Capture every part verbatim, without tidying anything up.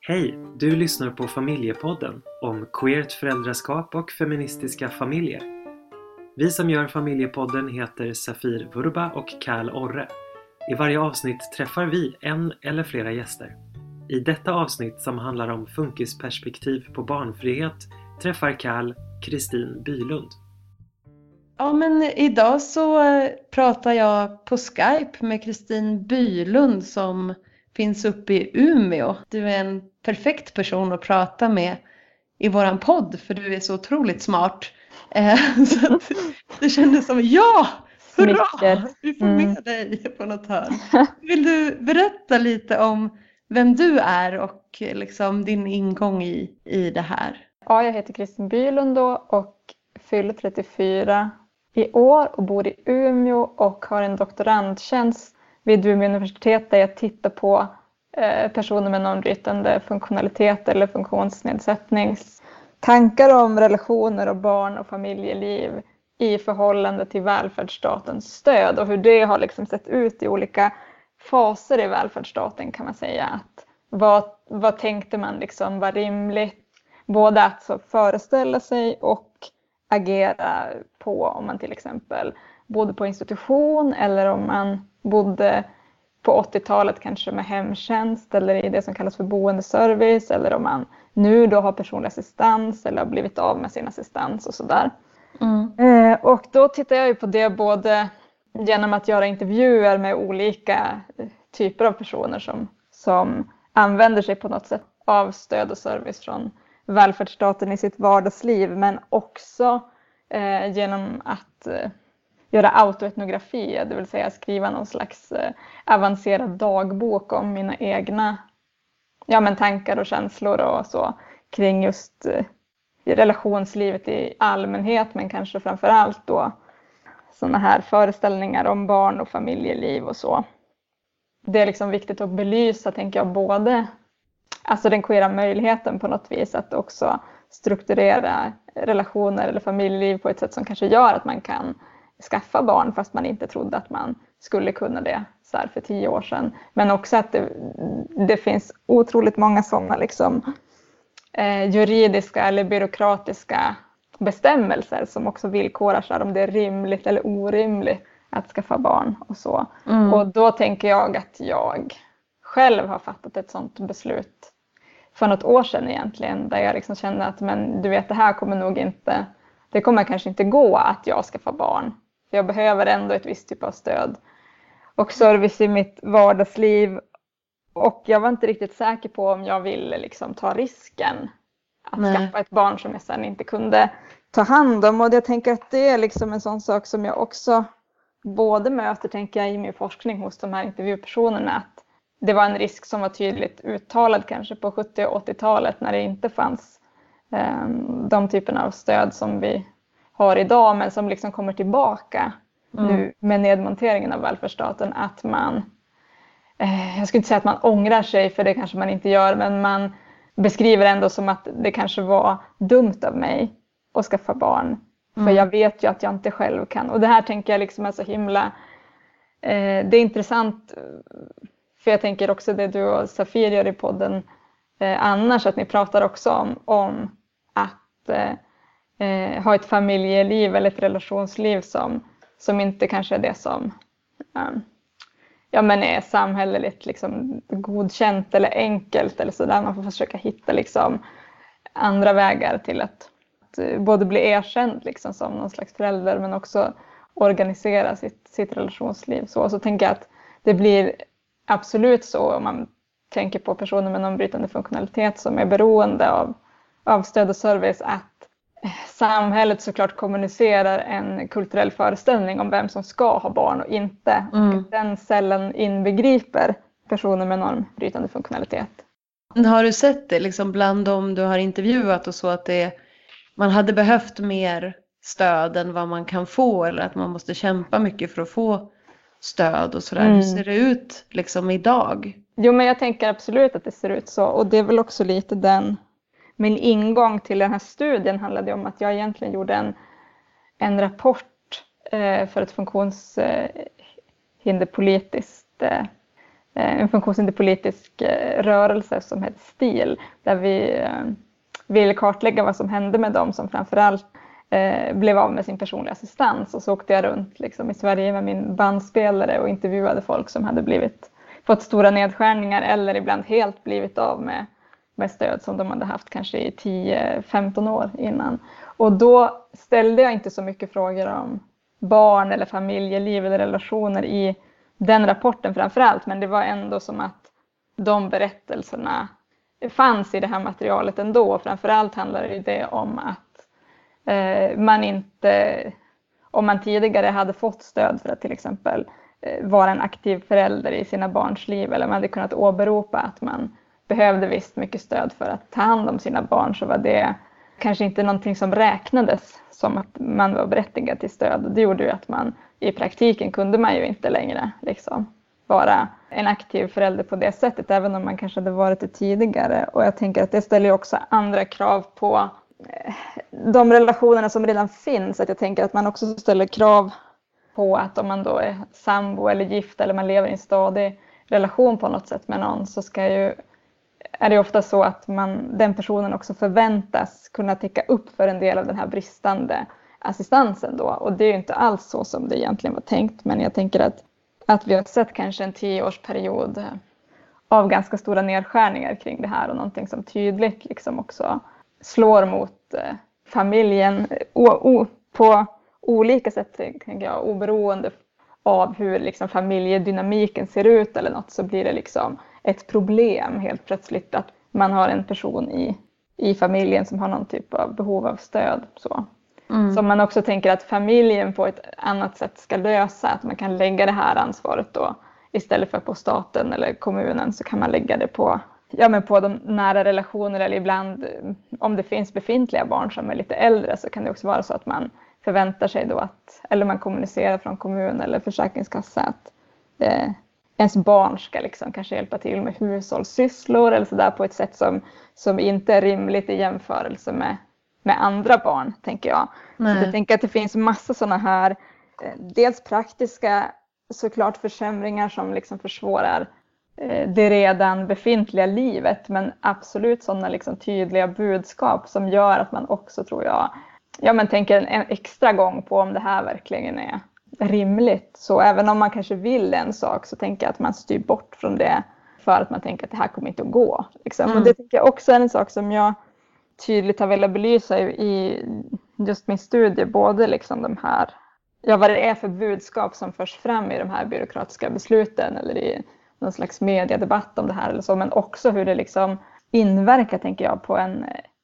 Hej, du lyssnar på Familjepodden om queert föräldraskap och feministiska familjer. Vi som gör Familjepodden heter Safir Vurba och Kal Orre. I varje avsnitt träffar vi en eller flera gäster. I detta avsnitt som handlar om funkisperspektiv på barnfrihet träffar Kal Kristin Bylund. Ja, men idag så pratar jag på Skype med Kristin Bylund som finns uppe i Umeå. Du är en perfekt person att prata med i våran podd för du är så otroligt smart. Så att det kändes som, ja, hurra, vi får med mm. dig på något hörn. Vill du berätta lite om vem du är och liksom din ingång i, i det här? Ja, jag heter Kristin Bylund då och fyller trettiofyra i år och bor i Umeå och har en doktorandtjänst vid Umeå universitet där jag tittar på eh, personer med normbrytande funktionalitet eller funktionsnedsättning. Tankar om relationer och barn och familjeliv i förhållande till välfärdsstatens stöd och hur det har liksom sett ut i olika faser i välfärdsstaten kan man säga. Att vad, vad tänkte man liksom var rimligt? Både att så föreställa sig och agera på om man till exempel bodde på institution eller om man bodde på åttiotalet kanske med hemtjänst eller i det som kallas för boendeservice eller om man nu då har personlig assistans eller har blivit av med sin assistans och sådär. Mm. Eh, och då tittar jag ju på det både genom att göra intervjuer med olika typer av personer som, som använder sig på något sätt av stöd och service från välfärdsstaten i sitt vardagsliv men också eh, genom att eh, göra autoetnografi, det vill säga skriva någon slags eh, avancerad dagbok om mina egna ja, men tankar och känslor och så kring just eh, relationslivet i allmänhet men kanske framförallt då sådana här föreställningar om barn och familjeliv och så. Det är liksom viktigt att belysa tänker jag både alltså den queera möjligheten på något vis att också strukturera relationer eller familjeliv på ett sätt som kanske gör att man kan skaffa barn fast man inte trodde att man skulle kunna det så här för tio år sedan. Men också att det, det finns otroligt många sådana liksom, eh, juridiska eller byråkratiska bestämmelser som också villkorar sig om det är rimligt eller orimligt att skaffa barn och så. Mm. Och då tänker jag att jag själv har fattat ett sådant beslut för något år sedan egentligen där jag liksom kände att men du vet det här kommer nog inte, det kommer kanske inte gå att jag skaffar barn. För jag behöver ändå ett visst typ av stöd och service i mitt vardagsliv och jag var inte riktigt säker på om jag ville liksom ta risken att Nej. skaffa ett barn som jag sedan inte kunde ta hand om och jag tänker att det är liksom en sån sak som jag också både möter tänker jag i min forskning hos de här intervjupersonerna att det var en risk som var tydligt uttalad kanske på sjuttio- och åttiotalet när det inte fanns eh, de typerna av stöd som vi har idag men som liksom kommer tillbaka mm. nu med nedmonteringen av välfärdsstaten att man, eh, jag skulle inte säga att man ångrar sig för det kanske man inte gör men man beskriver ändå som att det kanske var dumt av mig att skaffa barn mm. för jag vet ju att jag inte själv kan och det här tänker jag liksom är så himla eh, det är intressant. För jag tänker också det du och Safir gör i podden eh, annars att ni pratar också om, om att eh, ha ett familjeliv eller ett relationsliv som, som inte kanske är det som um, ja, men är samhälleligt liksom, godkänt eller enkelt eller sådär. Man får försöka hitta liksom, andra vägar till att, att både bli erkänd liksom, som någon slags förälder men också organisera sitt, sitt relationsliv. Så, så tänker jag att det blir absolut så om man tänker på personer med normbrytande funktionalitet som är beroende av, av stöd och service att samhället såklart kommunicerar en kulturell föreställning om vem som ska ha barn och inte. Mm. Och den sällan inbegriper personer med normbrytande funktionalitet. Har du sett det liksom bland dem du har intervjuat och så att det, man hade behövt mer stöd än vad man kan få eller att man måste kämpa mycket för att få stöd och sådär. Mm. Hur ser det ut liksom idag? Jo men jag tänker absolut att det ser ut så och det är väl också lite den min ingång till den här studien handlade om att jag egentligen gjorde en, en rapport eh, för ett funktionshinderpolitiskt eh, en funktionshinderpolitisk rörelse som heter STIL, där vi ville kartlägga vad som hände med dem som framförallt blev av med sin personliga assistans. Och så åkte jag runt liksom i Sverige med min bandspelare och intervjuade folk som hade blivit, fått stora nedskärningar eller ibland helt blivit av med, med stöd som de hade haft kanske i tio femton år innan. Och då ställde jag inte så mycket frågor om barn eller familjeliv eller relationer i den rapporten framförallt, men det var ändå som att de berättelserna fanns i det här materialet ändå. Framförallt handlade det om att eh, man inte, om man tidigare hade fått stöd för att till exempel eh, vara en aktiv förälder i sina barns liv, eller man hade kunnat åberopa att man behövde visst mycket stöd för att ta hand om sina barn, så var det kanske inte någonting som räknades som att man var berättigad till stöd. Det gjorde ju att man i praktiken kunde man ju inte längre liksom vara en aktiv förälder på det sättet, även om man kanske hade varit det tidigare. Och jag tänker att det ställer också andra krav på de relationerna som redan finns. Att jag tänker att man också ställer krav på att om man då är sambo eller gift eller man lever i en stadig relation på något sätt med någon, så ska ju, är det ofta så att man, den personen också förväntas kunna täcka upp för en del av den här bristande assistansen då. Och det är ju inte alls så som det egentligen var tänkt, men jag tänker att, att vi har sett kanske en tioårsperiod av ganska stora nedskärningar kring det här, och någonting som tydligt liksom också slår mot eh, familjen o, o, på olika sätt, tänker jag, oberoende av hur liksom familjedynamiken ser ut eller något, så blir det liksom ett problem helt plötsligt att man har en person i, i familjen som har någon typ av behov av stöd. Så. Mm. Så man också tänker att familjen på ett annat sätt ska lösa, att man kan lägga det här ansvaret då istället för på staten eller kommunen, så kan man lägga det på, ja, men på de nära relationer, eller ibland om det finns befintliga barn som är lite äldre, så kan det också vara så att man förväntar sig då att, eller man kommunicerar från kommun eller försäkringskassa att eh, ens barn ska liksom kanske hjälpa till med hushållssysslor eller sådär på ett sätt som, som inte är rimligt i jämförelse med, med andra barn, tänker jag. Så jag tänker att det finns massa sådana här, eh, dels praktiska såklart försämringar som liksom försvårar eh, det redan befintliga livet, men absolut sådana liksom tydliga budskap som gör att man också, tror jag, ja, men tänker en, en extra gång på om det här verkligen är rimligt. Så även om man kanske vill en sak, så tänker jag att man styr bort från det för att man tänker att det här kommer inte att gå. Liksom. Mm. Och det tycker jag också är en sak som jag tydligt har velat belysa i just min studie. Både liksom de här, ja, vad det är för budskap som förs fram i de här byråkratiska besluten eller i någon slags mediedebatt om det här eller så. Men också hur det liksom inverkar, tänker jag, på en,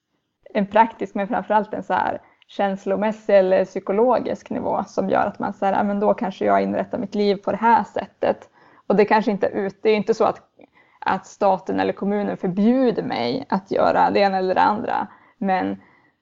en praktisk, men framförallt en så här känslomässig eller psykologisk nivå som gör att man säger, ja, men då kanske jag inrättar mitt liv på det här sättet. Och det kanske inte ut, det är inte så att, att staten eller kommunen förbjuder mig att göra det ena eller det andra. Men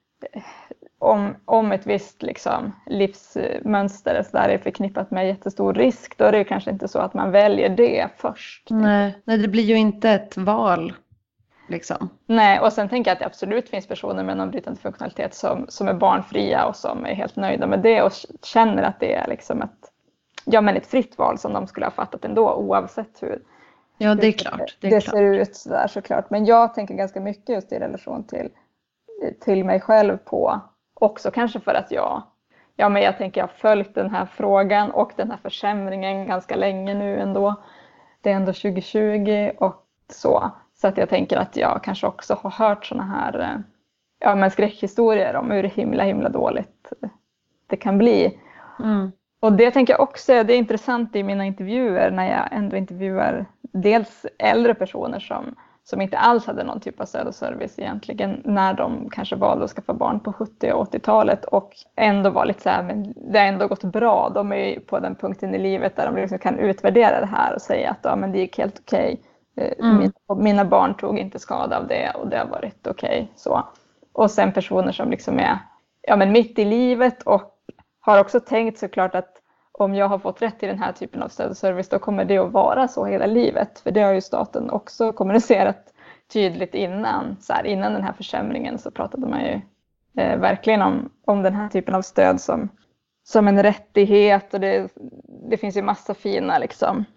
om, om ett visst liksom, livsmönster så där är förknippat med jättestor risk, då är det kanske inte så att man väljer det först. Nej, nej, det blir ju inte ett val. Liksom. Nej, och sen tänker jag att det absolut finns personer med någon brytande funktionalitet som, som är barnfria och som är helt nöjda med det och känner att det är liksom ett, ja, men ett fritt val som de skulle ha fattat ändå, oavsett hur, ja, det är klart, det, är det klart. ser ut så där, såklart. Men jag tänker ganska mycket just i relation till, till mig själv på, också kanske för att jag, ja, men jag tänker jag har följt den här frågan och den här försämringen ganska länge nu ändå. Det är ändå tjugo tjugo och så. Så att jag tänker att jag kanske också har hört såna här, ja, men skräckhistorier om hur himla himla dåligt det kan bli. Mm. Och det tänker jag också, det är intressant i mina intervjuer när jag ändå intervjuar dels äldre personer som, som inte alls hade någon typ av stöd och service egentligen när de kanske valde att skaffa barn på sjuttio- och åttiotalet och ändå var lite så här, men det har ändå gått bra. De är ju på den punkten i livet där de liksom kan utvärdera det här och säga att ja, men det gick helt okej. Mm. Mina, mina barn tog inte skada av det och det har varit okej. Så. Och sen personer som liksom är, ja, men mitt i livet och har också tänkt såklart att om jag har fått rätt i den här typen av stöd och service, då kommer det att vara så hela livet. För det har ju staten också kommunicerat tydligt innan. Så här, innan den här försämringen så pratade man ju eh, verkligen om, om den här typen av stöd som, som en rättighet. Och det, det finns ju massa fina liksom,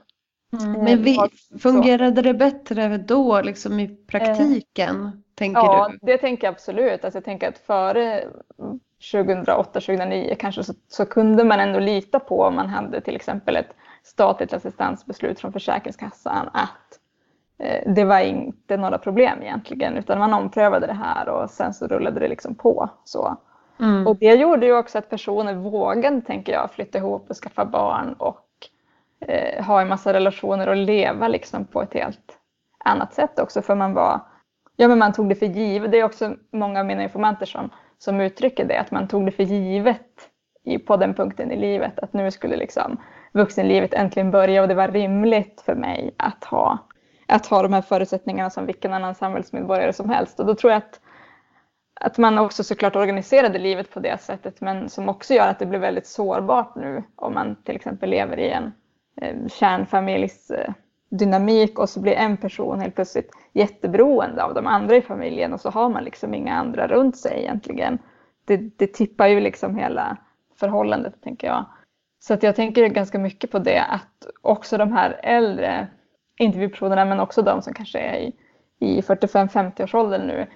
Mm. Men vi, fungerade det bättre då liksom i praktiken, eh, tänker ja, du? Ja, det tänker jag absolut. Alltså jag tänker att före tjugohundraåtta tjugohundranio kanske så, så kunde man ändå lita på om man hade till exempel ett statligt assistansbeslut från Försäkringskassan att eh, det var inte några problem egentligen, utan man omprövade det här och sen så rullade det liksom på. Så. Mm. Och det gjorde ju också att personer vågade, tänker jag, flytta ihop och skaffa barn och eh, ha en massa relationer och leva liksom på ett helt annat sätt också, för man var, ja men man tog det för givet. Det är också många av mina informanter som, som uttrycker det, att man tog det för givet i, på den punkten i livet, att nu skulle liksom vuxenlivet äntligen börja och det var rimligt för mig att ha, att ha de här förutsättningarna som vilken annan samhällsmedborgare som helst. Och då tror jag att, att man också såklart organiserade livet på det sättet, men som också gör att det blir väldigt sårbart nu om man till exempel lever i en eh, kärnfamiljs eh, dynamik och så blir en person helt plötsligt jätteberoende av de andra i familjen och så har man liksom inga andra runt sig egentligen. Det, det tippar ju liksom hela förhållandet, tänker jag. Så att jag tänker ganska mycket på det, att också de här äldre intervjupersonerna, men också de som kanske är i, i fyrtiofem femtio års åldern nu.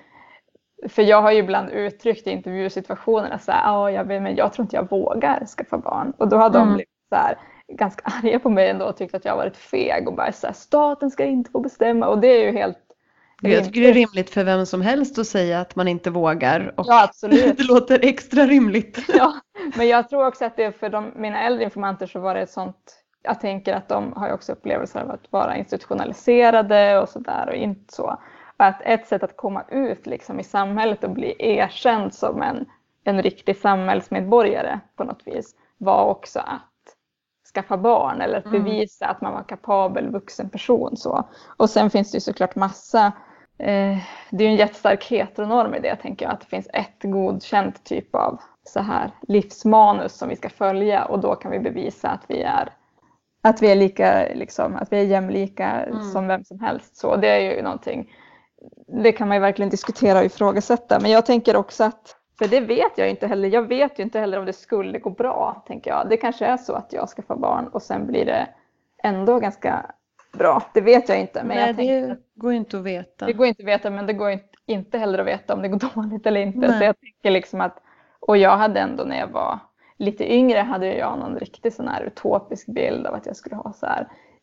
För jag har ju ibland uttryckt i intervjusituationerna så här, ah, jag, vet, men jag tror inte jag vågar skaffa barn. Och då har de mm. blivit så här, ganska arga på mig ändå och tyckt att jag har varit feg och bara så här, staten ska inte få bestämma. Och det är ju helt... Jag tycker det är rimligt för vem som helst att säga att man inte vågar. Och ja, absolut. Det låter extra rimligt. Ja, men jag tror också att det för de, mina äldre informanter så var det ett sånt... Jag tänker att de har ju också upplevelser av att vara institutionaliserade och sådär och inte så. Och att ett sätt att komma ut liksom i samhället och bli erkänd som en, en riktig samhällsmedborgare på något vis var också att skaffa barn eller att bevisa mm. att man var kapabel vuxen person. Så. Och sen finns det ju såklart massa, eh, det är ju en jättestark heteronorm i det, tänker jag, att det finns ett godkänt typ av så här livsmanus som vi ska följa och då kan vi bevisa att vi är att vi är lika liksom, att vi är jämlika mm. som vem som helst. Så det är ju någonting, det kan man ju verkligen diskutera och ifrågasätta, men jag tänker också att, för det vet jag inte heller, jag vet ju inte heller om det skulle gå bra, tänker jag. Det kanske är så att jag ska få barn och sen blir det ändå ganska bra. Det vet jag inte. Men Nej, jag det går inte att veta. Det går inte att veta, men det går inte heller att veta om det går dåligt eller inte. Nej. Så jag tänker liksom att, och jag hade ändå när jag var lite yngre hade jag någon riktig sån här utopisk bild av att jag skulle ha så här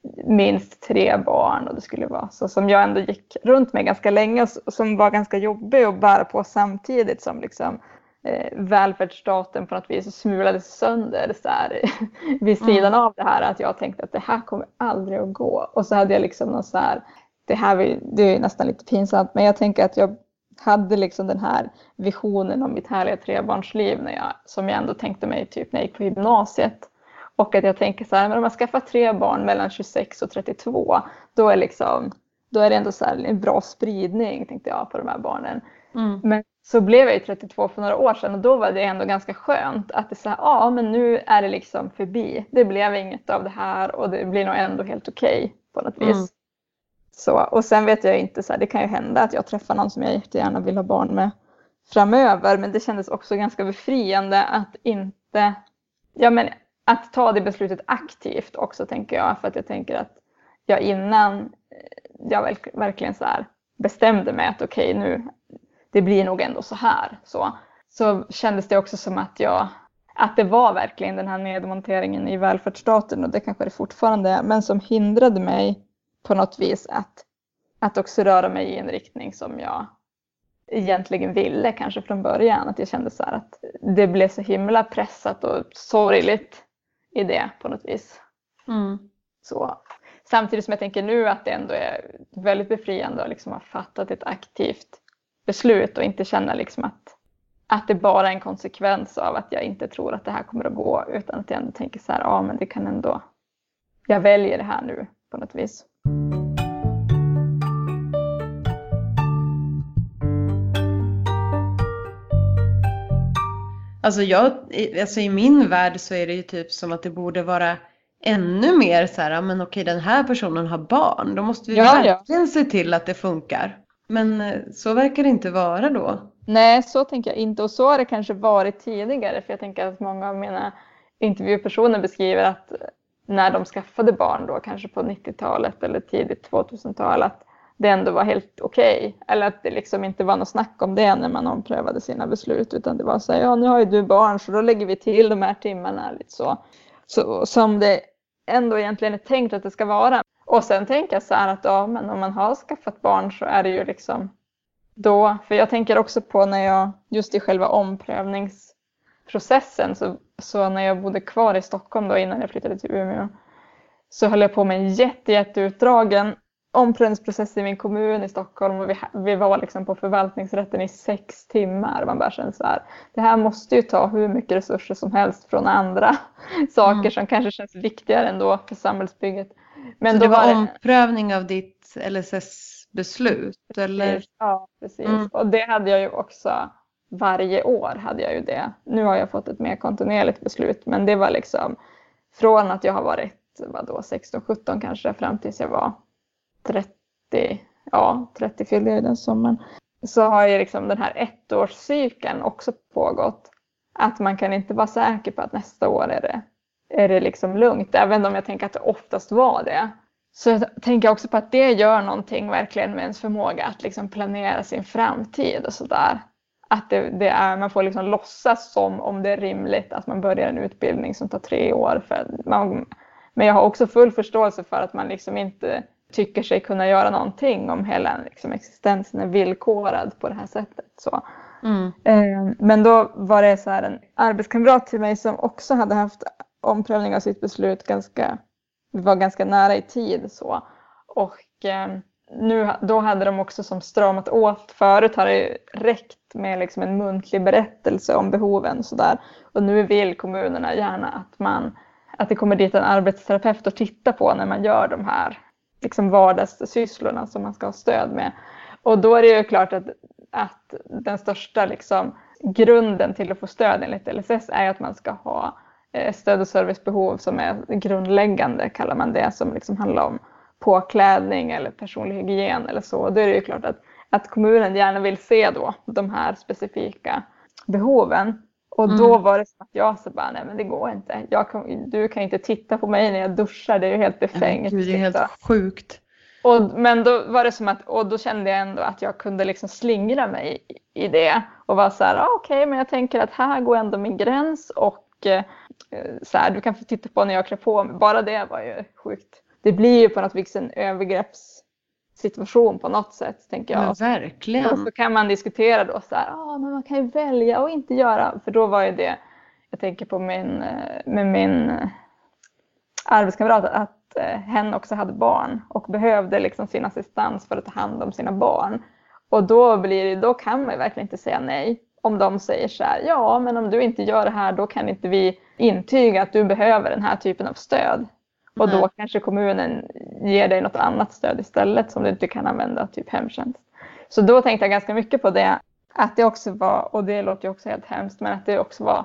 minst tre barn och det skulle vara så som jag ändå gick runt med ganska länge och som var ganska jobbig att bära på samtidigt som liksom eh, välfärdsstaten på något vis smulades sönder så här, vid sidan mm. av det här, att jag tänkte att det här kommer aldrig att gå. Och så hade jag liksom någon så här, det här det är nästan lite pinsamt, men jag tänker att jag hade liksom den här visionen om mitt härliga trebarnsliv när jag, som jag ändå tänkte mig typ när jag gick på gymnasiet. Och att jag tänker så här, men om man skaffar tre barn mellan tjugosex och trettiotvå, då är, liksom, då är det ändå så här en bra spridning, tänkte jag, på de här barnen. Mm. Men så blev jag ju trettiotvå för några år sedan och då var det ändå ganska skönt att det så här, ja men nu är det liksom förbi. Det blev inget av det här och det blir nog ändå helt okej okay, på något vis. Mm. Så, och sen vet jag inte, så här, det kan ju hända att jag träffar någon som jag jättegärna vill ha barn med framöver. Men det kändes också ganska befriande att inte, ja men att ta det beslutet aktivt också, tänker jag. För att jag tänker att jag innan jag väl, verkligen så här bestämde mig att okej okay, nu, det blir nog ändå så här. Så, så kändes det också som att jag, att det var verkligen den här nedmonteringen i välfärdsstaten, och det kanske det fortfarande är, men som hindrade mig på något vis att, att också röra mig i en riktning som jag egentligen ville kanske från början. Att jag kände så här att det blev så himla pressat och sorgligt i det på något vis. Mm. Så, samtidigt som jag tänker nu att det ändå är väldigt befriande att liksom ha fattat ett aktivt beslut och inte känna liksom att, att det bara är en konsekvens av att jag inte tror att det här kommer att gå, utan att jag ändå tänker så här, ja men det kan ändå, jag väljer det här nu på något vis. Alltså, jag, alltså i min värld så är det ju typ som att det borde vara ännu mer så här, men okej, den här personen har barn, då måste vi ja, verkligen ja. se till att det funkar. Men så verkar det inte vara då. Nej, så tänker jag inte, och så har det kanske varit tidigare, för jag tänker att många av mina intervjupersoner beskriver att när de skaffade barn då, kanske på nittiotalet eller tidigt tvåtusental, att det ändå var helt okej. Okay. Eller att det liksom inte var något snack om det när man omprövade sina beslut. Utan det var så här, ja nu har ju du barn så då lägger vi till de här timmarna. Lite så. Så, som det ändå egentligen är tänkt att det ska vara. Och sen tänker jag så här att ja, men om man har skaffat barn så är det ju liksom då. För jag tänker också på när jag, just i själva omprövningsprocessen. Så, så när jag bodde kvar i Stockholm då innan jag flyttade till Umeå. Så höll jag på med en jätte, jätteutdragen omprövningsprocess i min kommun i Stockholm. Och vi, vi var liksom på förvaltningsrätten i sex timmar. Man bara känner så här. Det här måste ju ta hur mycket resurser som helst från andra saker mm. som kanske känns viktigare ändå för samhällsbygget. Men så då det var, var det omprövning av ditt L S S-beslut? Precis, eller? Ja, precis. Mm. Och det hade jag ju också varje år hade jag ju det. Nu har jag fått ett mer kontinuerligt beslut. Men det var liksom från att jag har varit vadå, sexton sjutton kanske fram tills jag var trettio, ja trettio fyllde jag den sommaren. Så har ju liksom den här ettårscykeln också pågått. Att man kan inte vara säker på att nästa år är det, är det liksom lugnt. Även om jag tänker att det oftast var det. Så jag tänker också på att det gör någonting verkligen med ens förmåga att liksom planera sin framtid och sådär. Att det, det är, man får liksom låtsas som om det är rimligt att man börjar en utbildning som tar tre år. För man, men jag har också full förståelse för att man liksom inte tycker sig kunna göra någonting om hela liksom, existensen är villkorad på det här sättet. Så. Mm. Eh, men då var det så här en arbetskamrat till mig som också hade haft omprövning av sitt beslut ganska, vi var ganska nära i tid. Så. Och eh, nu, då hade de också som stramat åt. Förut har det räckt med liksom en muntlig berättelse om behoven. Så där. Och nu vill kommunerna gärna att, man, att det kommer dit en arbetsterapeut och titta på när man gör de här liksom vardagssysslorna som man ska ha stöd med. Och då är det ju klart att, att den största liksom grunden till att få stöd enligt L S S är att man ska ha stöd- och servicebehov som är grundläggande, kallar man det, som liksom handlar om påklädning eller personlig hygien eller så. Då är det ju klart att, att kommunen gärna vill se då de här specifika behoven. Och då mm. var det som att jag så bara, nej men det går inte. Jag kan, du kan inte titta på mig när jag duschar, det är ju helt befängt. Gud, det är helt sjukt. Och, men då var det som att, och då kände jag ändå att jag kunde liksom slingra mig i, i det. Och vara så här, ah, okej okay, men jag tänker att här går ändå min gräns. Och eh, så här, du kan få titta på när jag klär på mig. Bara det var ju sjukt. Det blir ju på något vis en övergreppssituation på något sätt, tänker jag. Ja, verkligen. Och så kan man diskutera då så här, ah, men man kan ju välja och inte göra. För då var ju det, jag tänker på min, med min arbetskamrat, att eh, hen också hade barn. Och behövde liksom sin assistans för att ta hand om sina barn. Och då, blir det, då kan man ju verkligen inte säga nej. Om de säger så här, ja men om du inte gör det här, då kan inte vi intyga att du behöver den här typen av stöd. Och då kanske kommunen ger dig något annat stöd istället som du inte kan använda, typ hemtjänst. Så då tänkte jag ganska mycket på det. Att det också var, och det låter ju också helt hemskt, men att det också var,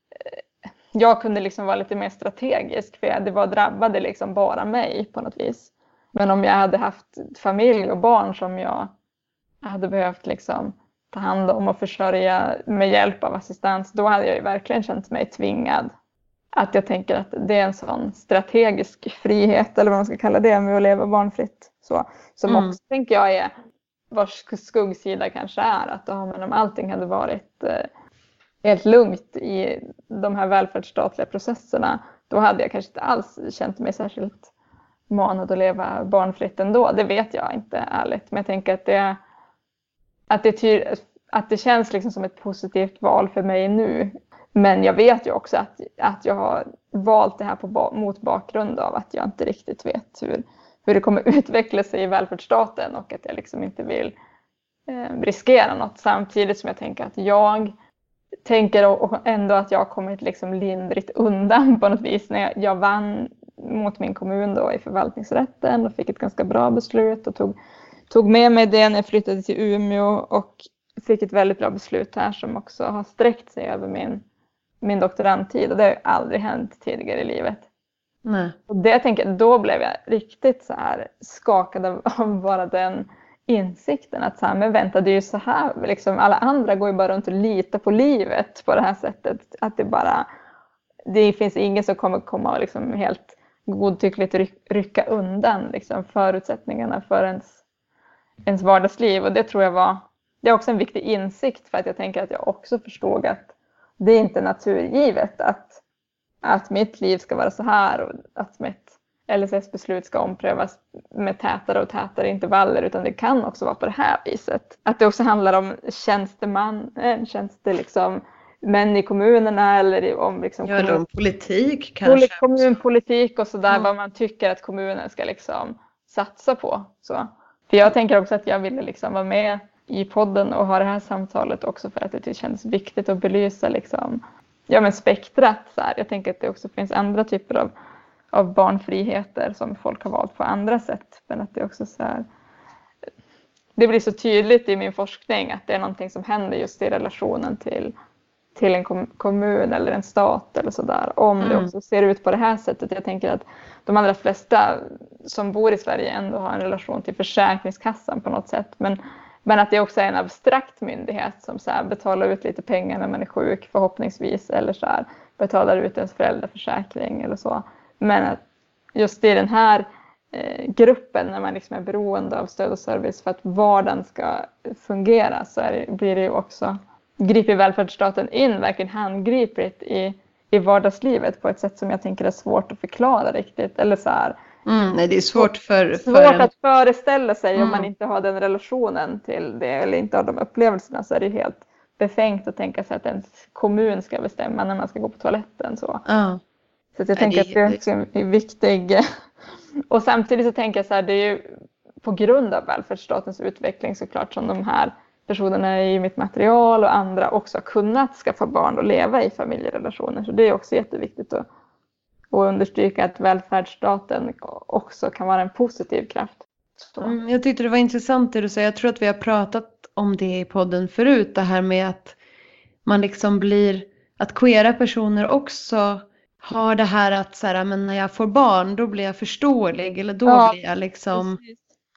jag kunde liksom vara lite mer strategisk. För det var drabbade liksom bara mig på något vis. Men om jag hade haft familj och barn som jag hade behövt liksom ta hand om och försörja med hjälp av assistans, då hade jag ju verkligen känt mig tvingad. Att jag tänker att det är en sån strategisk frihet, eller vad man ska kalla det, med att leva barnfritt. Så, som mm. också tänker jag är, vars skuggsida kanske är, att ja, men om allting hade varit eh, helt lugnt i de här välfärdsstatliga processerna, då hade jag kanske inte alls känt mig särskilt manad att leva barnfritt ändå. Det vet jag inte ärligt, men jag tänker att det, att det, tyr, att det känns liksom som ett positivt val för mig nu. Men jag vet ju också att, att jag har valt det här på, mot bakgrund av att jag inte riktigt vet hur, hur det kommer utveckla sig i välfärdsstaten. Och att jag liksom inte vill eh, riskera något. Samtidigt som jag tänker att jag tänker ändå att jag har kommit liksom lindrigt undan på något vis. När jag, jag vann mot min kommun då i förvaltningsrätten och fick ett ganska bra beslut. Och tog, tog med mig det när jag flyttade till Umeå och fick ett väldigt bra beslut här som också har sträckt sig över min min doktorandtid, och det har ju aldrig hänt tidigare i livet. Nej. Och det jag tänker, då blev jag riktigt så här skakad av, av bara den insikten att så här, men vänta, det är ju så här, liksom alla andra går ju bara runt och litar på livet på det här sättet, att det bara, det finns ingen som kommer komma och liksom helt godtyckligt ryck, rycka undan liksom, förutsättningarna för ens, ens vardagsliv. Och det tror jag var, det är också en viktig insikt, för att jag tänker att jag också förstod att det är inte naturgivet att, att mitt liv ska vara så här och att mitt L S S-beslut ska omprövas med tätare och tätare intervaller, utan det kan också vara på det här viset. Att det också handlar om tjänsteman, tjänste liksom, män i kommunerna eller om liksom ja, kommun, om politik kanske. kommunpolitik och sådär, Mm. vad man tycker att kommunen ska liksom satsa på. Så. För jag tänker också att jag ville liksom vara med i podden och ha det här samtalet också för att det känns viktigt att belysa liksom, ja, men spektrat. Så här. Jag tänker att det också finns andra typer av, av barnfriheter som folk har valt på andra sätt. Men att det också så här, det blir så tydligt i min forskning att det är någonting som händer just i relationen till, till en kom, kommun eller en stat eller sådär. Om mm. det också ser ut på det här sättet. Jag tänker att de allra flesta som bor i Sverige ändå har en relation till Försäkringskassan på något sätt. Men Men att det också är en abstrakt myndighet som så här betalar ut lite pengar när man är sjuk förhoppningsvis. Eller så här betalar ut ens föräldraförsäkring eller så. Men att just i den här eh, gruppen när man liksom är beroende av stöd och service för att vardagen ska fungera. Så är det, blir det ju också, griper välfärdsstaten in verkligen handgripligt i, i vardagslivet på ett sätt som jag tänker är svårt att förklara riktigt. Eller så här. Mm, nej, det är svårt för, svårt för en... att föreställa sig mm. om man inte har den relationen till det eller inte har de upplevelserna, så är det helt befängt att tänka sig att en kommun ska bestämma när man ska gå på toaletten. Så, ja. så att jag nej, tänker det... att det också är viktigt. Och samtidigt så tänker jag så här, det är ju på grund av välfärdsstatens utveckling såklart som de här personerna i mitt material och andra också har kunnat skaffa barn och leva i familjerelationer. Så det är också jätteviktigt att och understryka att välfärdsstaten också kan vara en positiv kraft. Mm, jag tyckte det var intressant det du säger. Jag tror att vi har pratat om det i podden förut. Det här med att man liksom blir, att queera personer också har det här att så här, men när jag får barn då blir jag förståelig. Eller då ja, blir jag liksom precis.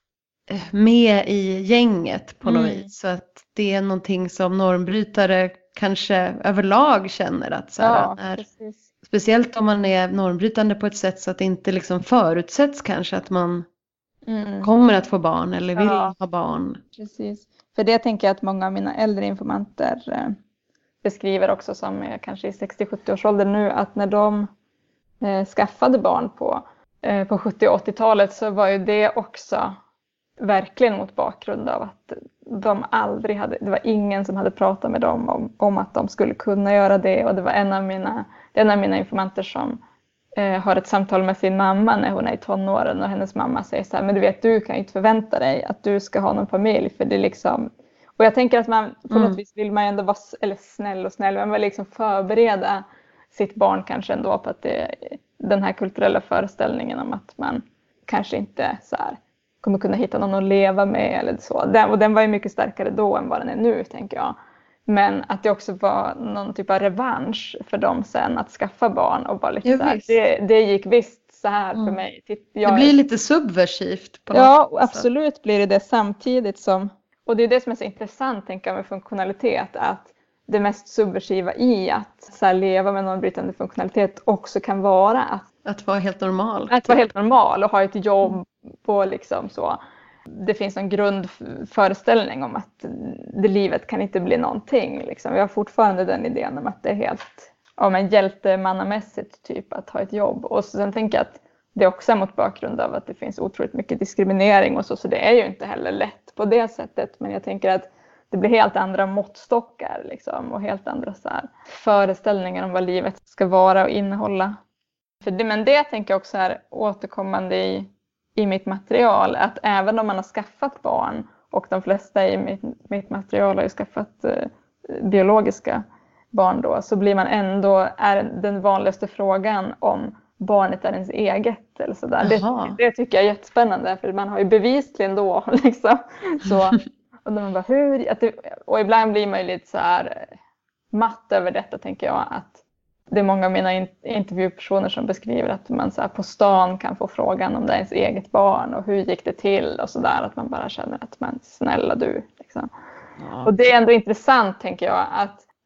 med i gänget på mm. något vis. Så att det är någonting som normbrytare kanske överlag känner att så här, ja, är... precis. Speciellt om man är normbrytande på ett sätt så att det inte liksom förutsätts kanske att man mm. kommer att få barn eller vill ja. ha barn. Precis. För det tänker jag att många av mina äldre informanter eh, beskriver också som är kanske i sextio-sjuttio års ålder nu, att när de eh, skaffade barn på, eh, på sjuttio- och åttiotalet så var ju det också verkligen mot bakgrund av att de aldrig hade, det var ingen som hade pratat med dem om, om att de skulle kunna göra det, och det var en av mina En av mina informanter som eh, har ett samtal med sin mamma när hon är i tonåren, och hennes mamma säger så här, men du vet, du kan ju inte förvänta dig att du ska ha någon familj, för det är liksom, och jag tänker att man på mm. något vis vill man ändå vara eller snäll och snäll, men man liksom förbereda sitt barn kanske ändå på att det är den här kulturella föreställningen om att man kanske inte så här kommer kunna hitta någon att leva med eller så. Den, och den var ju mycket starkare då än vad den är nu, tänker jag. Men att det också var någon typ av revansch för dem sen att skaffa barn och bara lite ja, så här, det, det gick visst så här mm. för mig. Jag, det blir lite subversivt på något ja, sätt. Absolut blir det det, samtidigt som, och det är det som är så intressant tänker jag med funktionalitet, att det mest subversiva i att så här, leva med någon brytande funktionalitet också kan vara att, att vara helt normal. Att vara helt normal och ha ett jobb på liksom så. Det finns en grundföreställning om att det livet kan inte bli någonting. Liksom. Vi har fortfarande den idén om att det är helt ja, men hjältemannamässigt typ att ha ett jobb. Och sen tänker jag att det också är mot bakgrund av att det finns otroligt mycket diskriminering och så. Så det är ju inte heller lätt på det sättet. Men jag tänker att det blir helt andra måttstockar liksom, och helt andra så här, föreställningar om vad livet ska vara och innehålla. För det, men det tänker jag också är återkommande i i mitt material, att även om man har skaffat barn, och de flesta i mitt, mitt material har ju skaffat eh, biologiska barn då, så blir man ändå, är den vanligaste frågan om barnet är ens eget eller sådär. Det, det tycker jag är jättespännande, för man har ju bevisligen då liksom, så, och man bara, hur, att det, och ibland blir man ju lite så här matt över detta, tänker jag, att det är många av mina intervjupersoner som beskriver att man så här på stan kan få frågan om det är ens eget barn och hur gick det till och sådär. Att man bara känner att man snälla du. Liksom. Ja. Och det är ändå intressant, tänker jag, att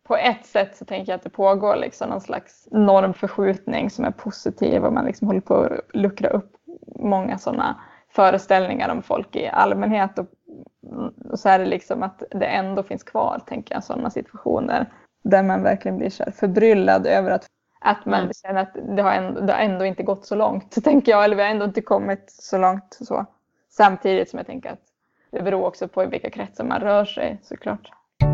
på ett sätt så tänker jag att det pågår liksom någon slags normförskjutning som är positiv och man liksom håller på att luckra upp många sådana föreställningar om folk i allmänhet och, och så är det liksom att det ändå finns kvar, tänker jag, sådana situationer där man verkligen blir så här förbryllad över att, att man mm. känner att det har, ändå, det har ändå inte gått så långt, tänker jag, eller vi har ändå inte kommit så långt så. Samtidigt som jag tänker att det beror också på i vilka kretsar man rör sig, såklart.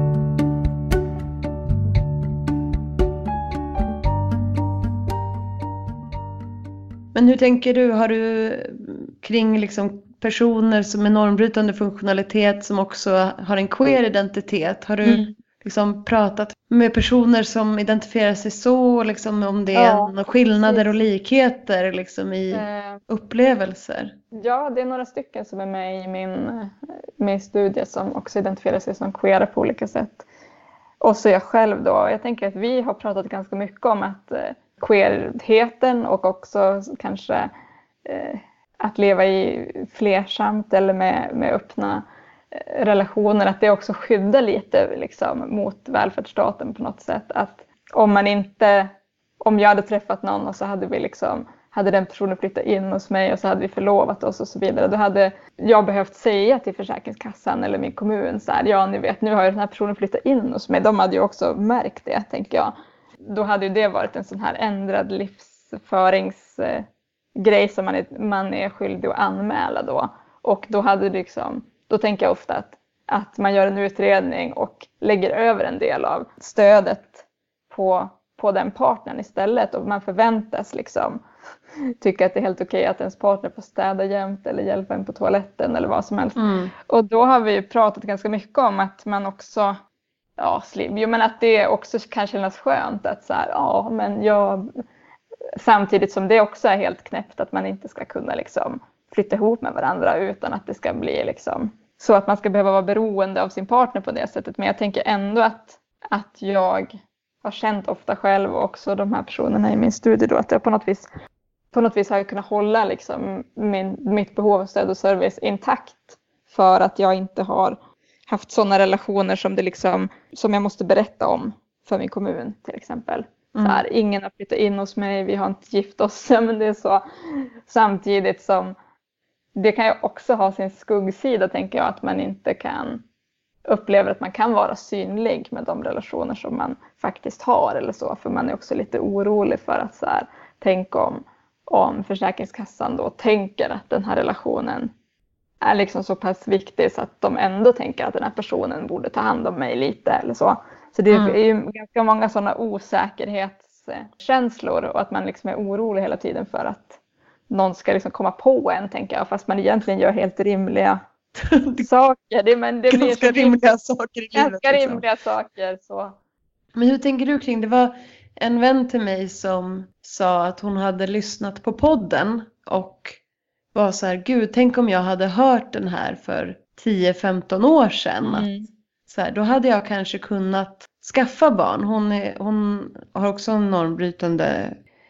Men hur tänker du, har du kring liksom personer som är normbrytande funktionalitet som också har en queer identitet? Har du mm. liksom pratat med personer som identifierar sig så, liksom om det är ja, några skillnader precis. Och likheter liksom i eh, upplevelser? Ja, det är några stycken som är med i min, min studie som också identifierar sig som queer på olika sätt. Och så jag själv då, jag tänker att vi har pratat ganska mycket om att queerheten och också kanske eh, att leva i flersamt eller med, med öppna eh, relationer, att det också skyddar lite liksom, mot välfärdsstaten på något sätt. Att om man inte, om jag hade träffat någon och så hade vi liksom, hade den personen flyttat in hos mig och så hade vi förlovat oss och så vidare, då hade jag behövt säga till Försäkringskassan eller min kommun så här, ja ni vet, nu har ju den här personen flyttat in hos mig. De hade ju också märkt det, tänker jag. Då hade ju det varit en sån här ändrad livsföringsgrej som man är, man är skyldig att anmäla då. Och då hade det liksom, då tänker jag ofta att, att man gör en utredning och lägger över en del av stödet på, på den partnern istället. Och man förväntas liksom tycka att det är helt okej att ens partner får städa jämt eller hjälpa en på toaletten eller vad som helst. Mm. Och då har vi ju pratat ganska mycket om att man också... Ja, slim. Jo, men att det också kan kännas skönt att så här, ja, men jag, samtidigt som det också är helt knäppt att man inte ska kunna liksom flytta ihop med varandra utan att det ska bli liksom så att man ska behöva vara beroende av sin partner på det sättet. Men jag tänker ändå att, att jag har känt ofta själv och också de här personerna i min studie då, att jag på något vis, på något vis har jag kunnat hålla liksom min, mitt behov av stöd och service intakt för att jag inte har haft sådana relationer som det liksom, som jag måste berätta om för min kommun till exempel. Mm. Så här, ingen har flyttat in hos mig, vi har inte gift oss, men det är så. Samtidigt som det kan ju också ha sin skuggsida, tänker jag, att man inte kan uppleva att man kan vara synlig med de relationer som man faktiskt har eller så. För man är också lite orolig för att så här, tänk om, om Försäkringskassan då tänker att den här relationen är liksom så pass viktig så att de ändå tänker att den här personen borde ta hand om mig lite eller så. Så det är ju mm. ganska många sådana osäkerhetskänslor och att man liksom är orolig hela tiden för att någon ska liksom komma på en, tänker jag, fast man egentligen gör helt rimliga saker. Det, men det blir ganska rimliga saker i livet. Ganska liksom. rimliga saker. Så. Men hur tänker du kring det? Var en vän till mig som sa att hon hade lyssnat på podden och var så här, gud, tänk om jag hade hört den här för tio femton år sedan. Mm. Att, så här, då hade jag kanske kunnat skaffa barn. Hon, är, hon har också en normbrytande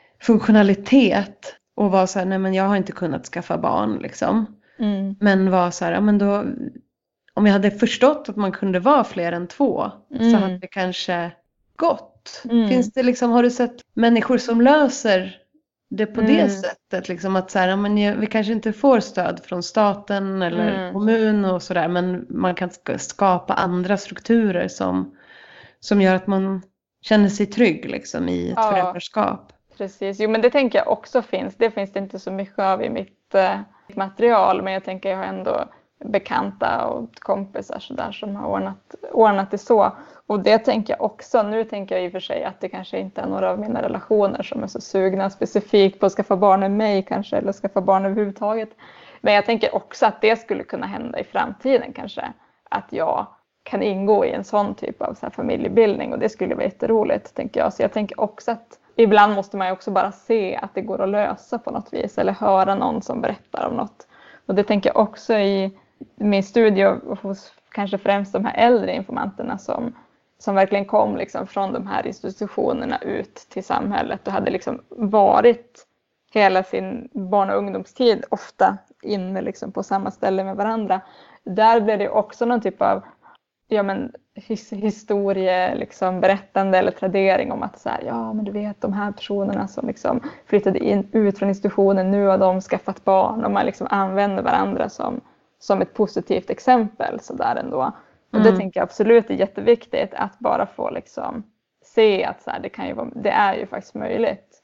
funktionalitet. Och var så här, nej men jag har inte kunnat skaffa barn liksom. Mm. Men var så här, ja men då, om jag hade förstått att man kunde vara fler än två. Mm. Så hade det kanske gått. Mm. Finns det liksom, har du sett människor som löser det på mm. det sättet? Liksom att så här, ja, men vi kanske inte får stöd från staten eller mm. kommun och sådär. Men man kan skapa andra strukturer som, som gör att man känner sig trygg liksom, i ett ja. föräldraskap. Precis, jo men det tänker jag också finns. Det finns det inte så mycket av i mitt eh, material. Men jag tänker jag har ändå bekanta och kompisar så där, som har ordnat, ordnat det så. Och det tänker jag också. Nu tänker jag i och för sig att det kanske inte är några av mina relationer som är så sugna specifikt på att skaffa barn med mig kanske. Eller skaffa barn överhuvudtaget. Men jag tänker också att det skulle kunna hända i framtiden kanske. Att jag kan ingå i en sån typ av så här familjebildning. Och det skulle vara jätteroligt, tänker jag. Så jag tänker också att ibland måste man ju också bara se att det går att lösa på något vis. Eller höra någon som berättar om något. Och det tänker jag också i min studie hos kanske främst de här äldre informanterna som, som verkligen kom liksom från de här institutionerna ut till samhället. Och hade liksom varit hela sin barn- och ungdomstid ofta inne liksom på samma ställe med varandra. Där blev det också någon typ av ja, men his, historie liksom, berättande eller tradering om att så här, ja men du vet de här personerna som liksom flyttade in, ut från institutionen, nu har de skaffat barn, och man liksom använder varandra som, som ett positivt exempel så där ändå. Och Mm. det tänker jag absolut är jätteviktigt att bara få liksom se att så här, det, kan ju vara, det är ju faktiskt möjligt.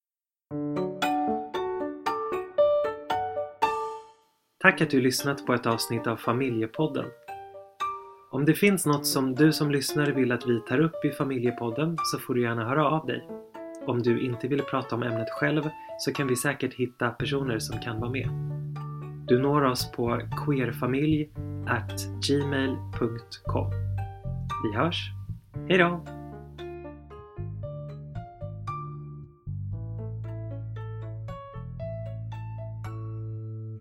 Tack att du lyssnat på ett avsnitt av Familjepodden. Om det finns något som du som lyssnare vill att vi tar upp i Familjepodden så får du gärna höra av dig. Om du inte vill prata om ämnet själv så kan vi säkert hitta personer som kan vara med. Du når oss på queerfamilj at gmail punkt com. Vi hörs. Hej då!